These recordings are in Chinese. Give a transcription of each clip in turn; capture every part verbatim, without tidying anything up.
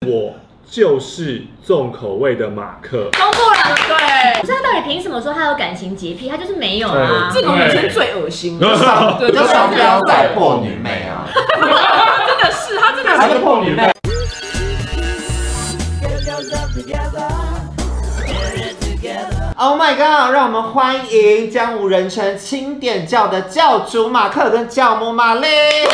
我就是重口味的马克。 公布了，对。 可是他到底凭什么说他有感情洁癖？他就是没有啊。 这种女生最恶心，对， 就双标仔破女妹啊！ 真的是，他真的是破女妹。Oh my god！ 让我们欢迎江湖人称清点教的教主马克跟教母玛丽。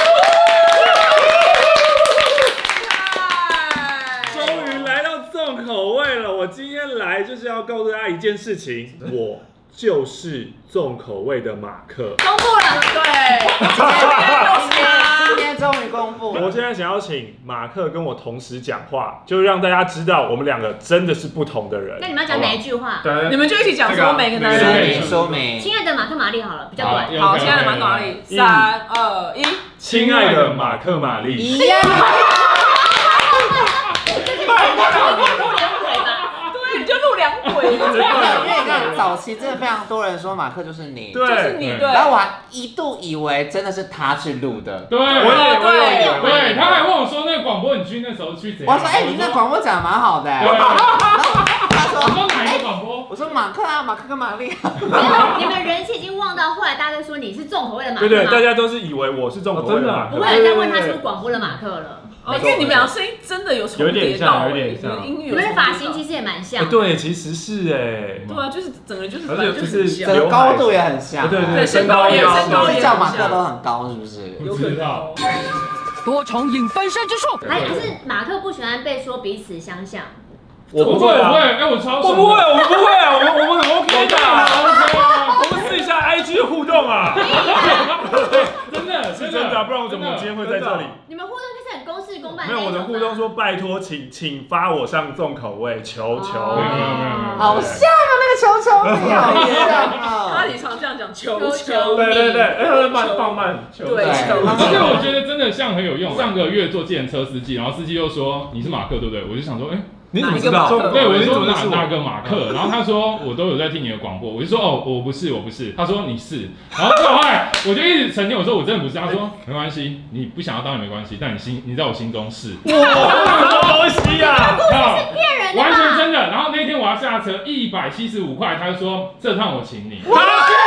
终于来到重口味了，我今天来就是要告诉大家一件事情，我就是重口味的马克。 公布了， 对。 今天终于公布。 我现在想要请马克跟我同时讲话，就让大家知道我们两个真的是不同的人。 那你们要讲哪一句话？ 对，你们就一起讲说每个男人。 说明说明。 亲爱的马克玛丽好了，比较短。 好，亲爱的马克玛丽，三二一。 亲爱的马克玛丽。 一样。 对，你就录两轨。 因为你看早期真的非常多人说马克就是你， 就是你，对。 然后我还一度以为真的是他去录的。 对，我也我也以为， 对，他还问我说那个广播你去那时候去怎样？ 我说哎，你那广播讲的蛮好的。 对。 他说我说哪一个广播？ 我说马克啊，马克跟玛丽。 你们人气已经旺到后来，大家都说你是重口味的马克。 对对，大家都是以为我是重口味的马克。 不会有人再问他是不是广播的马克了。 哦，因为你们俩声音真的有重叠到， 有点像， 你们的发型其实也蛮像。 对，其实是哎。 对啊，就是整个就是， 而且就是整个高度也很像。 对对， 身高也身高也叫马克都很高，是不是？ 有可能。 多重影分身之术。 还可是马克不喜欢被说彼此相像。 我不会， 我不会，哎，我超。 我不会，我们不会啊，我们我们很 OK 的。我们试一下 I G 的互动啊。 真的是真的，不然我怎么今天会在这里？ 你们互动就是很公事公办。 没有，我的互动说拜托，请请发我上重口味，求求你。 好像啊，那个球球你好像啊。 他也常这样讲，求求。 对对对，哎，慢放慢，求。 对， 而且我觉得真的像很有用。上个月做计程车司机，然后司机又说你是马克对不对？我就想说，哎。 你怎么知道？ 对，我就说哪哪个马克，然后他说我都有在听你的广播，我就说哦，我不是，我不是。他说你是，然后后来我就一直澄清，我说我真的不是。他说没关系，你不想要当然没关系，但你心你在我心中是。 哇，什么东西呀？ 是骗人的， 完全真的。然后那天我要下车，一百七十五块，他就说这趟我请你。 好，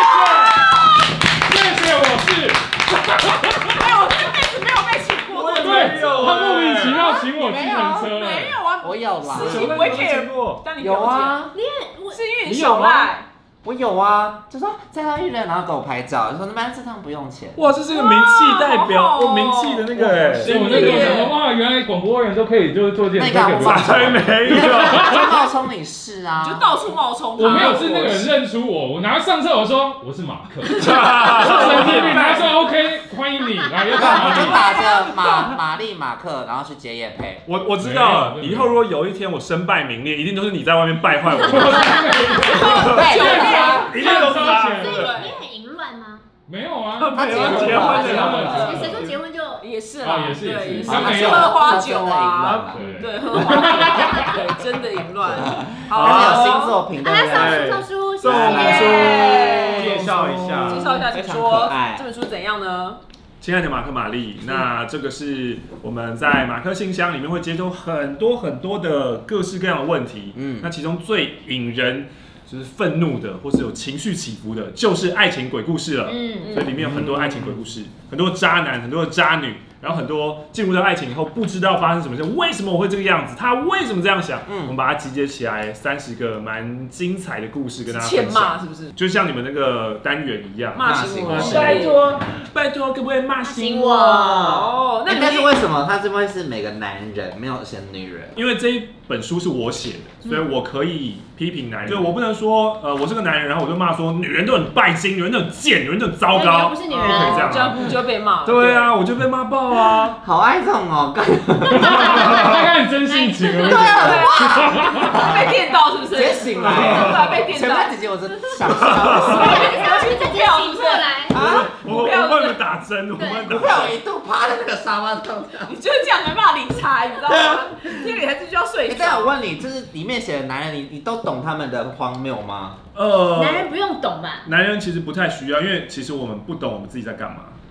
谢谢，谢谢，我是。 哎，我这辈子没有被请过。 对，他莫名其妙请我计程车了。 没有啊， 我有啦。 事情不会 care 过，但你有啊， 你很是因为你小赖。 我有啊，就说再到一人，然后给我拍照，就说那边这趟不用钱。 哇，这是个名气代表，哦，名气的那个哎。 所以我那时候想说，哇，原来广播人都可以就是做这件事。 那个才没有， 就冒充你是啊， 就到处冒充。 我没有是那个人认出我，我拿上车我说我是马克，神经病，他说 OK， 欢迎你，来要干嘛？ 就打着马玛丽马克，然后去接业配。 我我知道了，以后如果有一天我身败名裂，一定都是你在外面败坏我。 对。 一定都是他。 所以你很淫乱吗？ 没有啊， 他结婚结婚了。谁说结婚就也是啦， 也是也是， 他是喝花酒啊，对，喝花酒，对，真的淫乱。 好，有新作品的。 来送书，送书， 谢谢。介绍一下， 介绍一下，请说这本书怎样呢？ 亲爱的马克玛丽，那这个是我们在马克信箱里面会接收很多很多的各式各样的问题，嗯，那其中最引人就是愤怒的，或是有情绪起伏的，就是爱情鬼故事了。嗯，所以里面有很多爱情鬼故事，很多渣男，很多的渣女，然后很多进入到爱情以后不知道发生什么事，为什么我会这个样子，他为什么这样想？嗯，我们把它集结起来，三十个蛮精彩的故事跟大家分享。 欠骂是不是？ 就像你们那个单元一样， 骂醒我， 拜托，拜托，可不可以骂醒我？ 哦，那但是为什么他这边是每个男人，没有写女人？ 因为这一本书是我写的，所以我可以批评男人，就我不能说，呃，我是个男人，然后我就骂说女人都很拜金，女人都很贱，女人都很糟糕， 你不是女人， 这样， 这样就被骂。 对啊，我就被骂爆啊， 好爱这种哦， 他看真性情了， 对啊， 被电到是不是？ 直接醒来， 对，被电到。 前面姐姐我真想笑， 我去直接醒过来啊！我我帮你们打针，我帮你们打针。 我一度趴在那个沙发上， 你就是这样没办法理财，你知道吗？因为你还是需要睡觉。 但我问你，就是里面写的男人，你你都懂他们的荒谬吗？ 呃，男人不用懂吧？ 男人其实不太需要，因为其实我们不懂我们自己在干嘛。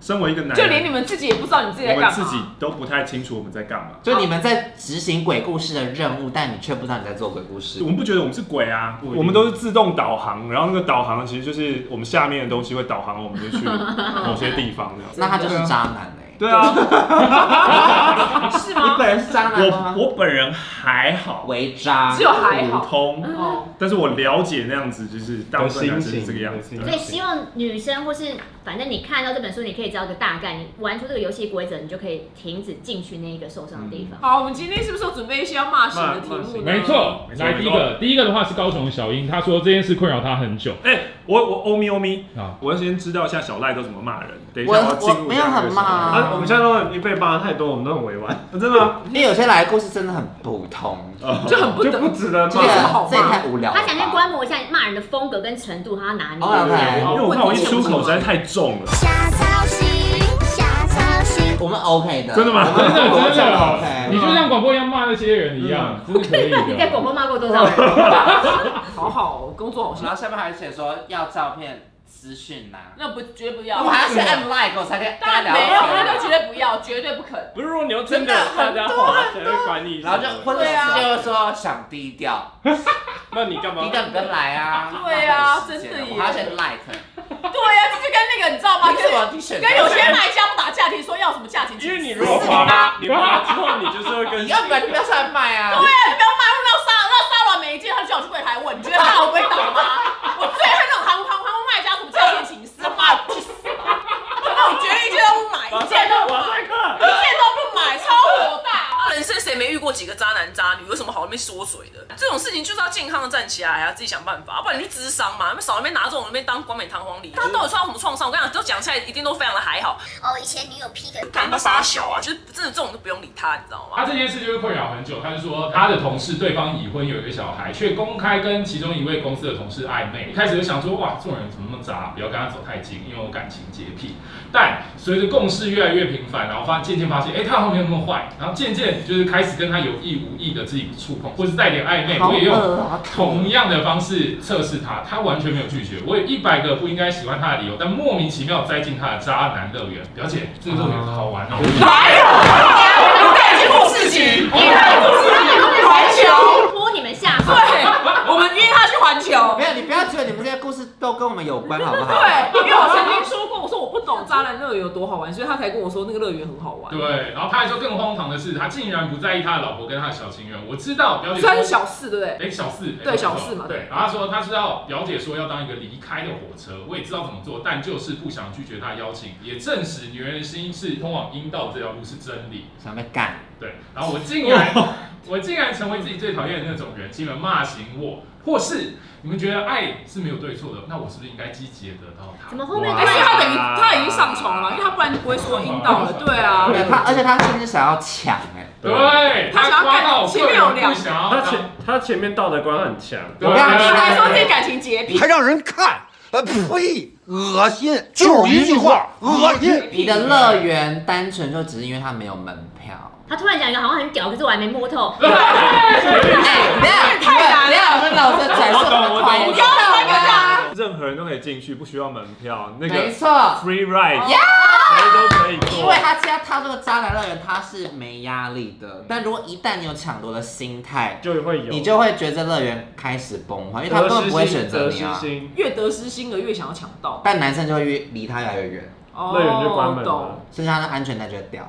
身为一个男人， 就连你们自己也不知道你自己在干嘛， 我们自己都不太清楚我们在干嘛。 就你们在执行鬼故事的任务，但你却不知道你在做鬼故事。 我们不觉得我们是鬼啊，我们都是自动导航，然后那个导航其实就是我们下面的东西会导航，我们就去某些地方这样。 那他就是渣男哎。 对啊， 是吗？ 你本人是渣男吗？ 我我本人还好， 为渣， 只有还好普通， 哦， 但是我了解那样子，就是大部分男生是这个样子。 所以希望女生或是反正你看到这本书，你可以知道个大概，你玩出这个游戏规则，你就可以停止进去那一个受伤的地方。 好，我们今天是不是有准备一些要骂醒的题目呢？ 没错，来第一个，第一个的话是高雄小英，她说这件事困扰她很久。 哎、欸，我我欧咪欧咪啊， 我要先知道一下小赖都怎么骂人。等一下我我要进入没有很骂啊，我们现在都一被骂太多，我们都很委婉。 真的吗？ 因为有些来的故事真的很普通， 就很不就不值得骂。 这个这也太无聊了。 他想先观摩一下骂人的风格跟程度，他拿捏。 OK， 因为我怕我一出口实在太重了。 瞎操心，瞎操心。 我们 OK 的， 真的吗？ 真的真的 OK， 你就像广播一样骂那些人一样，这是可以的。 你在广播骂过多少人？ 好好，工作好辛苦。 然后下面还写说要照片。私讯呐， 那不绝对不要， 我还要先按 like 我才可以跟他聊天。 没有，那就绝对不要，绝对不肯。 不是，如果你要真的大家话，谁会管你？ 然后就或者是就是说想低调， 那你干嘛？ 低调你跟来啊。 对啊，真的耶。 我还要先 like。 对啊，这就跟那个你知道吗？ 为什么你选？ 跟有些卖家不打价钱，说要什么价钱？ 因为你如果发，你发之后你就是会跟。 要不然你不要上来卖啊。 对啊，你不要卖，那沙那沙软每一件他就要去柜台问，你觉得他老不会倒吗？我最恨那种航航航空卖家什么价钱情丝，妈的，气死！那我绝对一件都不买，一件都不买，一件都不买，超火大！ 人生谁没遇过几个渣男渣女？有什么好那边缩水的？这种事情就是要健康的站起来啊，自己想办法，不然你去咨商嘛，那边少那边拿这种那边当冠冕堂皇礼。他到底受到什么创伤？我跟你讲，都讲起来一定都非常的还好。 哦，以前女友劈腿， 干他傻小啊，就是真的这种都不用理他，你知道吗？ 他这件事就是困扰很久，他就说他的同事对方已婚有一个小孩，却公开跟其中一位公司的同事暧昧。一开始就想说，哇，这种人怎么那么渣，不要跟他走太近，因为我感情洁癖。但随着共事越来越频繁，然后发渐渐发现，哎、欸，他好像没有那么坏，然后渐渐就是开始跟他有意无意的自己触碰，或是带点暧昧，我也用同样的方式测试他，他完全没有拒绝。我有一百个不应该喜欢他的理由，但莫名其妙栽进他的渣男乐园。表姐，这个乐园好玩哦。 来了，你带进故事局，你带故事局环球， 拖你们下水。 对，我们约他去环球。 没有，你不要觉得你们这些故事都跟我们有关，好不好？ 对，因为我曾经说过，我说我不懂渣男乐园有多好玩，所以他才跟我说那个乐园很好玩。 对，然后他还说更荒唐的是，他竟然不在意他的老婆跟他的小情人。我知道表姐说， 他是小四对不对？ 哎，小四， 对小四嘛。 对，然后他说他知道表姐说要当一个离开的火车，我也知道怎么做，但就是不想拒绝他邀请，也证实女人的心是通往阴道这条路是真理。 想被干。 对，然后我竟然我竟然成为自己最讨厌的那种人，请你们骂醒我，或是你们觉得爱是没有对错的，那我是不是应该积极的得到他？ 怎么后面？ 而且他等于他已经上床了嘛，因为他不然不会说阴道了。对啊。 对他，而且他甚至想要抢哎。 对， 他想要干，前面有两， 他前他前面道德观很强， 我刚刚他还说自己感情洁癖， 还让人看，呃，呸，恶心，就是一句话，恶心。 你的乐园单纯就只是因为他没有门票。 他突然讲一个好像很屌，可是我还没摸透。 对，哎，等下太难了，我们脑子转速很快，你知道吗？ 任何人都可以进去，不需要门票。那个没错 ，free ride， 呀， 谁都可以坐。 因为他现在踏这个渣男乐园，他是没压力的。但如果一旦你有抢夺的心态， 就会有， 你就会觉得这乐园开始崩坏，因为他根本不会选择你啊。 越得失心的越想要抢到， 但男生就会越离他越来越远， 乐园就关门了， 剩下他的安全带就会掉。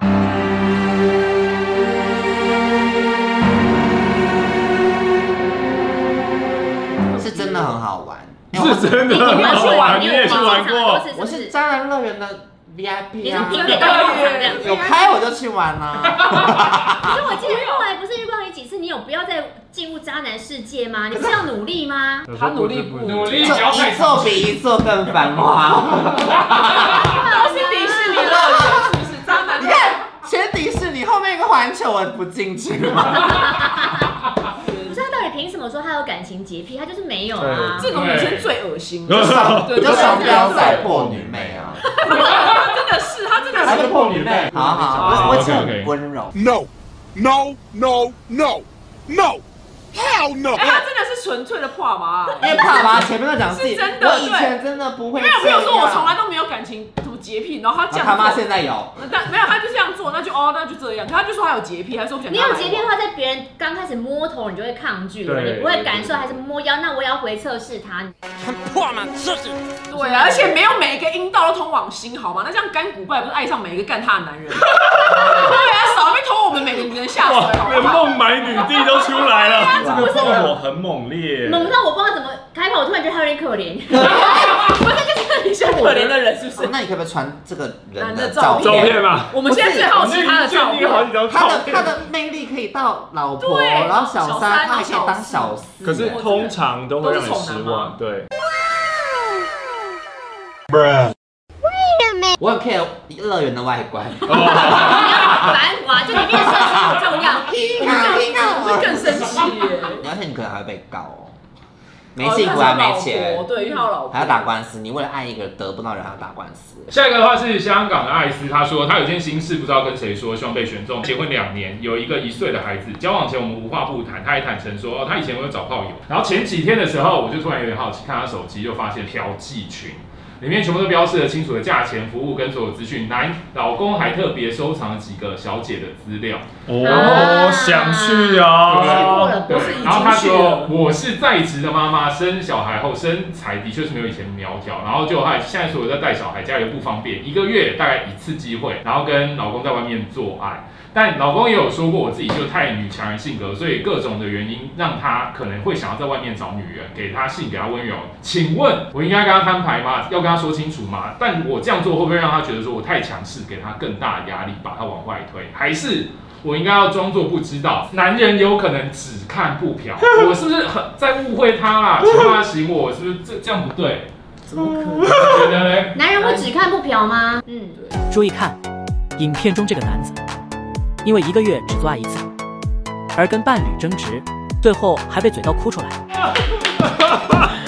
是真的很好玩， 是真的很好玩，你也去玩过？ 我是渣男乐园的 V I P 啊， 你是平点到有有开我就去玩啦。 可是我记得后来不是遇过你几次，你有不要再进入渣男世界吗？你是要努力吗？ 他努力不努力， 一座比一座更繁华。 我是迪士尼乐园，是不是渣男？ 你看前迪士尼，后面一个环球，我不进去吗？ 不是他到底凭什么说他有感情洁癖？他就是没有啊。 这种女生最恶心， 就双就双标仔破女妹啊！ 真的是，他真的是破女妹。好好好，我我很温柔。 No, no, no, no, no. Hell no！ 哎、他真的是纯粹的破麻， 因为爸爸前面都讲自己， 是真的我以前真的不会。 没有，比如说我从来都没有感情什么洁癖，然后他这样做， 他妈现在有， 但没有，他就这样做，那就哦，那就这样。可他就说他有洁癖，还说不想。 你有洁癖的话，在别人刚开始摸头，你就会抗拒了，你不会感受，还是摸腰，那我也要回测试他。 很破嘛，测试。 对啊，而且没有每个阴道都通往心，好吗？那这样干古拜不是爱上每一个干他的男人？对啊，少被拖我们每个人下水，好不好？ 孟买女帝都出来了，这个炮火很猛烈， 猛到我不知道怎么开口，我突然觉得他有点可怜。 不是，就是你像可怜的人，是不是？ 那你可不可以传这个人的照照片嘛？ 我们现在最好奇他的照片， 他的他的魅力可以到老婆，然后小三，他还可以当小四。 可是通常都会让你失望，对。 我很 care 乐园的外观。 繁华，就里面设施很重要。 我会更生气耶！ 而且你可能还会被告哦，没幸福还没钱， 对，因为他有老婆， 还要打官司。你为了爱一个人得不到人，还要打官司。 下一个的话是香港的艾斯，他说他有件心事不知道跟谁说，希望被选中。结婚两年，有一个一岁的孩子。交往前我们无话不谈，他也坦诚说哦，他以前有找炮友。然后前几天的时候，我就突然有点好奇，看他手机就发现嫖妓群。里面全部都标示了清楚的价钱、服务跟所有资讯。男老公还特别收藏了几个小姐的资料。 哦，想去啊！ 对，然后他说我是在职的妈妈，生小孩后身材的确是没有以前苗条，然后就还现在所有在带小孩，家里不方便，一个月大概一次机会，然后跟老公在外面做爱。但老公也有说过，我自己就太女强人性格，所以各种的原因让他可能会想要在外面找女人，给他性，给他温柔。请问我应该跟他摊牌吗？要跟他说清楚吗？但我这样做会不会让他觉得说我太强势，给他更大的压力，把他往外推？还是我应该要装作不知道？男人有可能只看不嫖，我是不是很在误会他啦？请他醒我，是不是这这样不对？ 怎么可能？ 觉得嘞？ 男人会只看不嫖吗？嗯， 注意看，影片中这个男子，因为一个月只做爱一次，而跟伴侣争执，最后还被嘴到哭出来。